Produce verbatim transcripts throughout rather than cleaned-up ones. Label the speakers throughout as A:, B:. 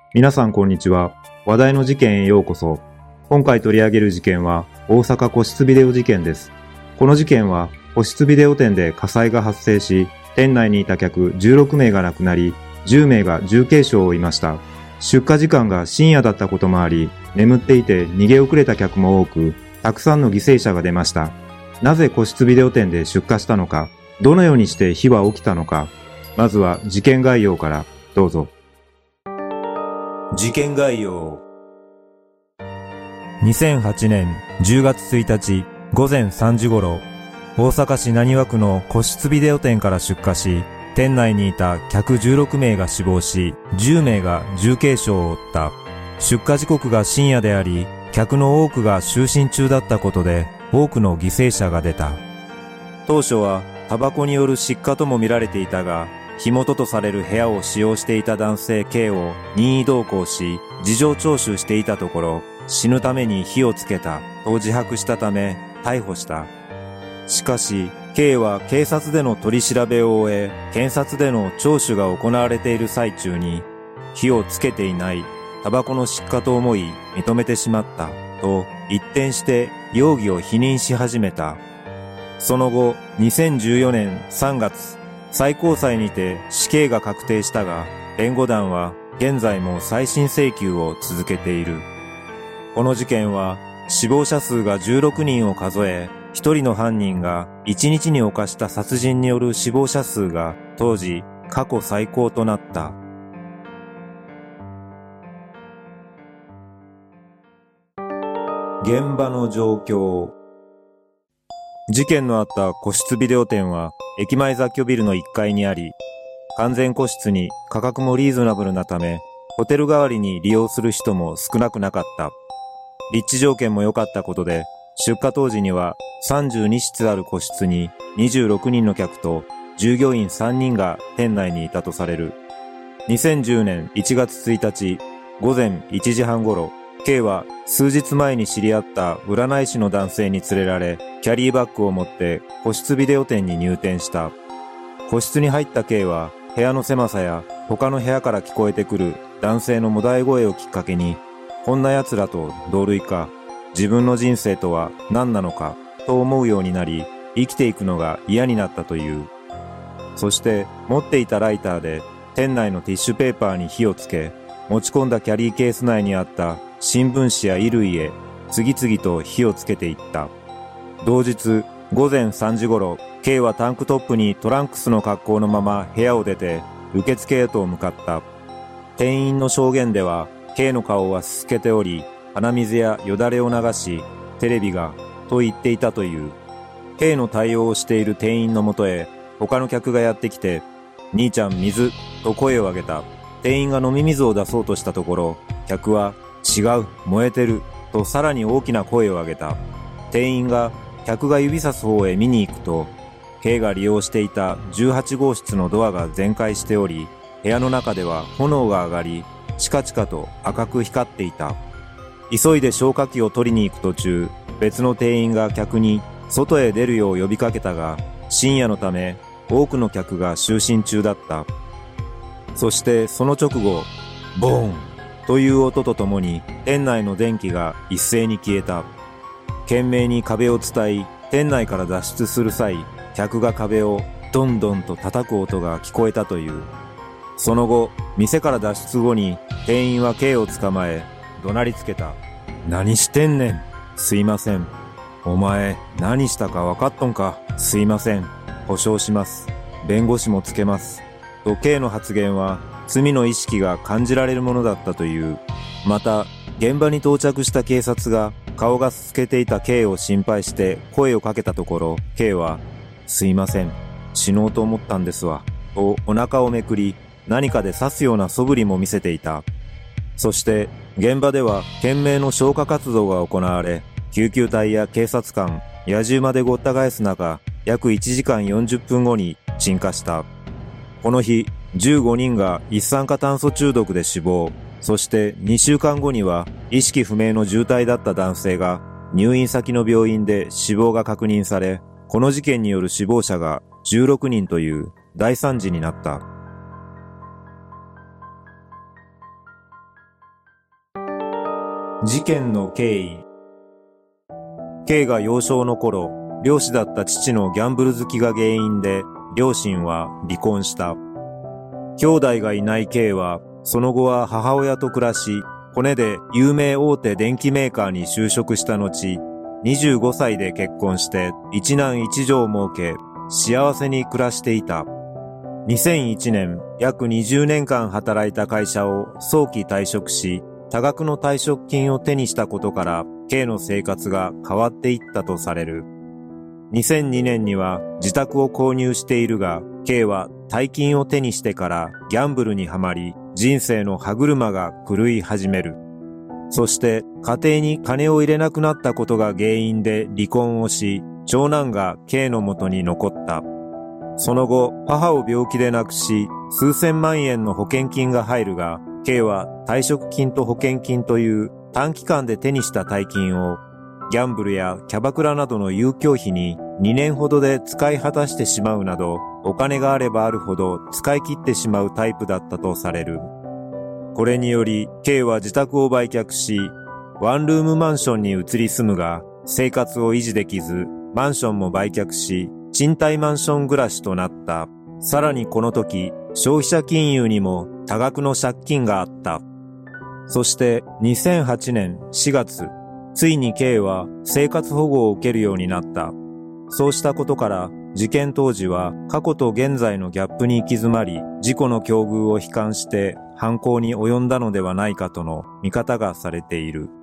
A: 皆さんこんにちは。話題の事件へようこそ。今回取り上げる事件は大阪個室ビデオ事件です。この事件は個室ビデオ店で火災が発生し、店内にいた客じゅうろくめいが亡くなり、じゅうめいが重軽傷を負いました。出火時間が深夜だったこともあり、眠っていて逃げ遅れた客も多く、たくさんの犠牲者が出ました。なぜ個室ビデオ店で出火したのか、どのようにして火は起きたのか、まずは事件概要からどうぞ。
B: 事件概要。にせんはちねんじゅうがつついたちごぜんさんじ頃、大阪市浪速区の個室ビデオ店から出火し、店内にいた客じゅうろくめいが死亡し、じゅうめいが重軽傷を負った。出火時刻が深夜であり、客の多くが就寝中だったことで、多くの犠牲者が出た。当初はタバコによる失火とも見られていたが、火元とされる部屋を使用していた男性 K を任意同行し、事情聴取していたところ、死ぬために火をつけたと自白したため逮捕した。しかし K は警察での取り調べを終え、検察での聴取が行われている最中に、火をつけていない、タバコの失火と思い認めてしまったと一転して容疑を否認し始めた。その後にせんじゅうよねんさんがつ、最高裁にて死刑が確定したが、弁護団は現在も再審請求を続けている。この事件は死亡者数がじゅうろくにんを数え、ひとりの犯人がいちにちに犯した殺人による死亡者数が当時過去最高となった。現場の状況。事件のあった個室ビデオ店は駅前雑居ビルのいっかいにあり、完全個室に価格もリーズナブルなため、ホテル代わりに利用する人も少なくなかった。立地条件も良かったことで、出火当時にはさんじゅうにしつある個室ににじゅうろくにんの客と従業員さんにんが店内にいたとされる。にせんじゅうねんいちがつついたちごぜんいちじはん頃、K は数日前に知り合った占い師の男性に連れられ、キャリーバッグを持って個室ビデオ店に入店した。個室に入った K は部屋の狭さや他の部屋から聞こえてくる男性のもだえ声をきっかけに、こんな奴らと同類か、自分の人生とは何なのかと思うようになり、生きていくのが嫌になったという。そして持っていたライターで店内のティッシュペーパーに火をつけ、持ち込んだキャリーケース内にあった新聞紙や衣類へ次々と火をつけていった。同日ごぜんさんじ頃、K はタンクトップにトランクスの格好のまま部屋を出て受付へと向かった。店員の証言では K の顔はすすけており、鼻水やよだれを流し、テレビがと言っていたという。K の対応をしている店員のもとへ他の客がやってきて、兄ちゃん水と声を上げた。店員が飲み水を出そうとしたところ、客は違う、燃えてるとさらに大きな声を上げた。店員が客が指さす方へ見に行くと、K が利用していたじゅうはちごうしつのドアが全開しており、部屋の中では炎が上がり、チカチカと赤く光っていた。急いで消火器を取りに行く途中、別の店員が客に外へ出るよう呼びかけたが、深夜のため多くの客が就寝中だった。そしてその直後、ボーンという音とともに店内の電気が一斉に消えた。懸命に壁を伝い、店内から脱出する際、客が壁をドンドンと叩く音が聞こえたという。その後、店から脱出後に店員は K を捕まえ、怒鳴りつけた。何してんねん。すいません。お前、何したか分かっとんか。すいません。保証します。弁護士もつけます。と K の発言は、罪の意識が感じられるものだったという。また、現場に到着した警察が、顔がすすけていた K を心配して声をかけたところ、K は、すいません。死のうと思ったんですわ。とお腹をめくり、何かで刺すような素振りも見せていた。そして、現場では懸命の消火活動が行われ、救急隊や警察官、野獣までごった返す中、約いちじかんよんじゅっぷんごに鎮火した。この日、じゅうごにんが一酸化炭素中毒で死亡、そしてにしゅうかんごには意識不明の重体だった男性が入院先の病院で死亡が確認され、この事件による死亡者がじゅうろくにんという大惨事になった。 事件の経緯。K が幼少の頃、漁師だった父のギャンブル好きが原因で、両親は離婚した。兄弟がいない K は、その後は母親と暮らし、コネで有名大手電機メーカーに就職した後、にじゅうごさいで結婚して一男一女を設け、幸せに暮らしていた。にせんいちねん、約にじゅうねんかん働いた会社を早期退職し、多額の退職金を手にしたことから、K の生活が変わっていったとされる。にせんにねんには自宅を購入しているが、K は大金を手にしてからギャンブルにはまり、人生の歯車が狂い始める。そして家庭に金を入れなくなったことが原因で離婚をし、長男が K の元に残った。その後、母を病気で亡くし、数千万円の保険金が入るが、K は退職金と保険金という短期間で手にした大金を、ギャンブルやキャバクラなどの遊興費ににねんほどで使い果たしてしまうなど、お金があればあるほど使い切ってしまうタイプだったとされる。これにより、K は自宅を売却し、ワンルームマンションに移り住むが、生活を維持できず、マンションも売却し、賃貸マンション暮らしとなった。さらにこの時、消費者金融にも多額の借金があった。そしてにせんはちねんしがつ、ついに K は生活保護を受けるようになった。そうしたことから、事件当時は過去と現在のギャップに行き詰まり、事故の境遇を悲観して犯行に及んだのではないかとの見方がされている。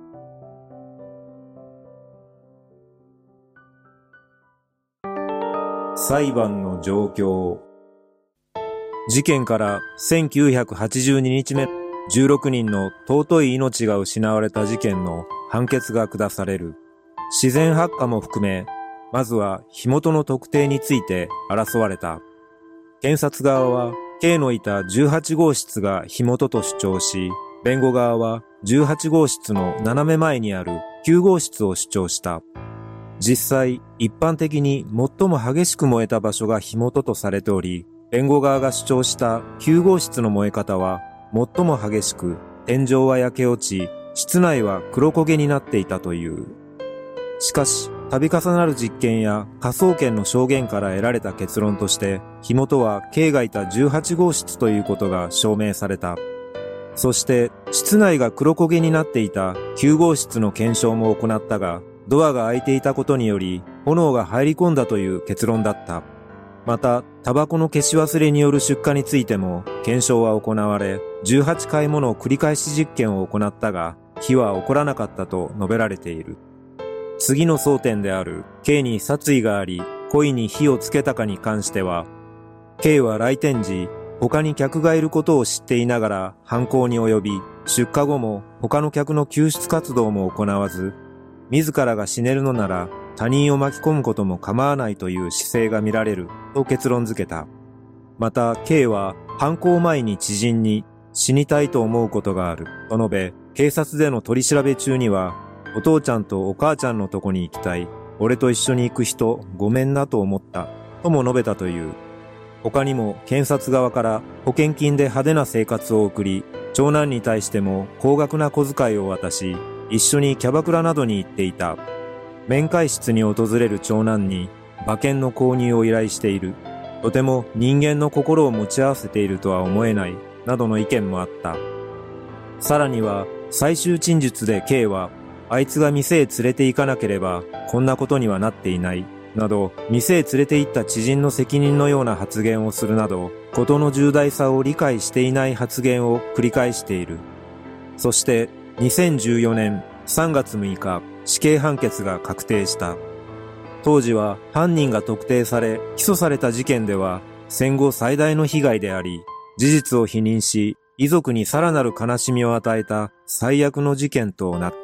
B: 裁判の状況。事件からせんきゅうひゃくはちじゅうににちめ、じゅうろくにんの尊い命が失われた事件の判決が下される。自然発火も含め、まずは火元の特定について争われた。検察側は K のいたじゅうはちごうしつが火元と主張し、弁護側はじゅうはちごうしつの斜め前にあるきゅうごうしつを主張した。実際、一般的に最も激しく燃えた場所が火元とされており、弁護側が主張したきゅうごうしつの燃え方は最も激しく、天井は焼け落ち、室内は黒焦げになっていたという。しかし、度重なる実験や科捜研の証言から得られた結論として、火元は K がいたじゅうはちごうしつということが証明された。そして、室内が黒焦げになっていたきゅうごうしつの検証も行ったが、ドアが開いていたことにより、炎が入り込んだという結論だった。また、タバコの消し忘れによる出火についても、検証は行われ、じゅうはちかいもの繰り返し実験を行ったが、火は起こらなかったと述べられている。次の争点である K に殺意があり、故意に火をつけたかに関しては、K は来店時、他に客がいることを知っていながら犯行に及び、出火後も他の客の救出活動も行わず、自らが死ねるのなら他人を巻き込むことも構わないという姿勢が見られると結論付けた。また K は犯行前に知人に死にたいと思うことがあると述べ、警察での取り調べ中には、お父ちゃんとお母ちゃんのとこに行きたい。俺と一緒に行く人ごめんなと思ったとも述べたという。他にも検察側から保険金で派手な生活を送り、長男に対しても高額な小遣いを渡し、一緒にキャバクラなどに行っていた。面会室に訪れる長男に馬券の購入を依頼している。とても人間の心を持ち合わせているとは思えない。などの意見もあった。さらには最終陳述で K は、あいつが店へ連れて行かなければこんなことにはなっていない。など、店へ連れて行った知人の責任のような発言をするなど、事の重大さを理解していない発言を繰り返している。そしてにせんじゅうよねんさんがつむいか、死刑判決が確定した。当時は犯人が特定され、起訴された事件では戦後最大の被害であり、事実を否認し、遺族にさらなる悲しみを与えた最悪の事件となった。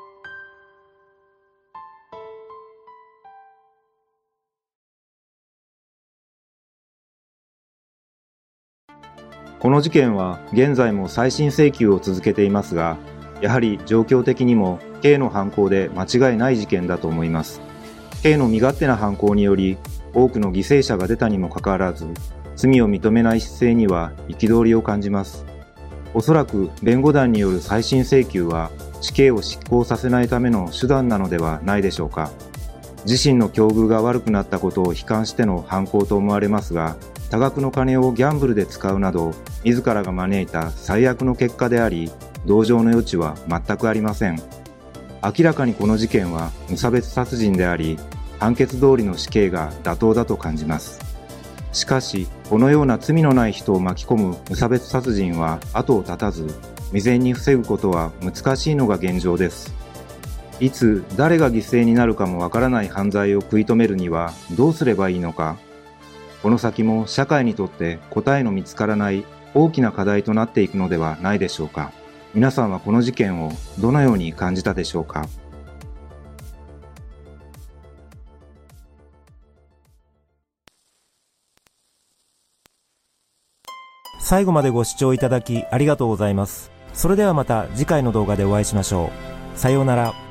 A: この事件は現在も再審請求を続けていますが、やはり状況的にも K の犯行で間違いない事件だと思います。K の身勝手な犯行により多くの犠牲者が出たにもかかわらず、罪を認めない姿勢には憤りを感じます。おそらく弁護団による再審請求は死刑を執行させないための手段なのではないでしょうか。自身の境遇が悪くなったことを悲観しての犯行と思われますが、多額の金をギャンブルで使うなど、自らが招いた最悪の結果であり、同情の余地は全くありません。明らかにこの事件は無差別殺人であり、判決通りの死刑が妥当だと感じます。しかし、このような罪のない人を巻き込む無差別殺人は後を絶たず、未然に防ぐことは難しいのが現状です。いつ誰が犠牲になるかもわからない犯罪を食い止めるにはどうすればいいのか。この先も社会にとって答えの見つからない大きな課題となっていくのではないでしょうか。皆さんはこの事件をどのように感じたでしょうか。
B: 最後までご視聴いただきありがとうございます。それではまた次回の動画でお会いしましょう。さようなら。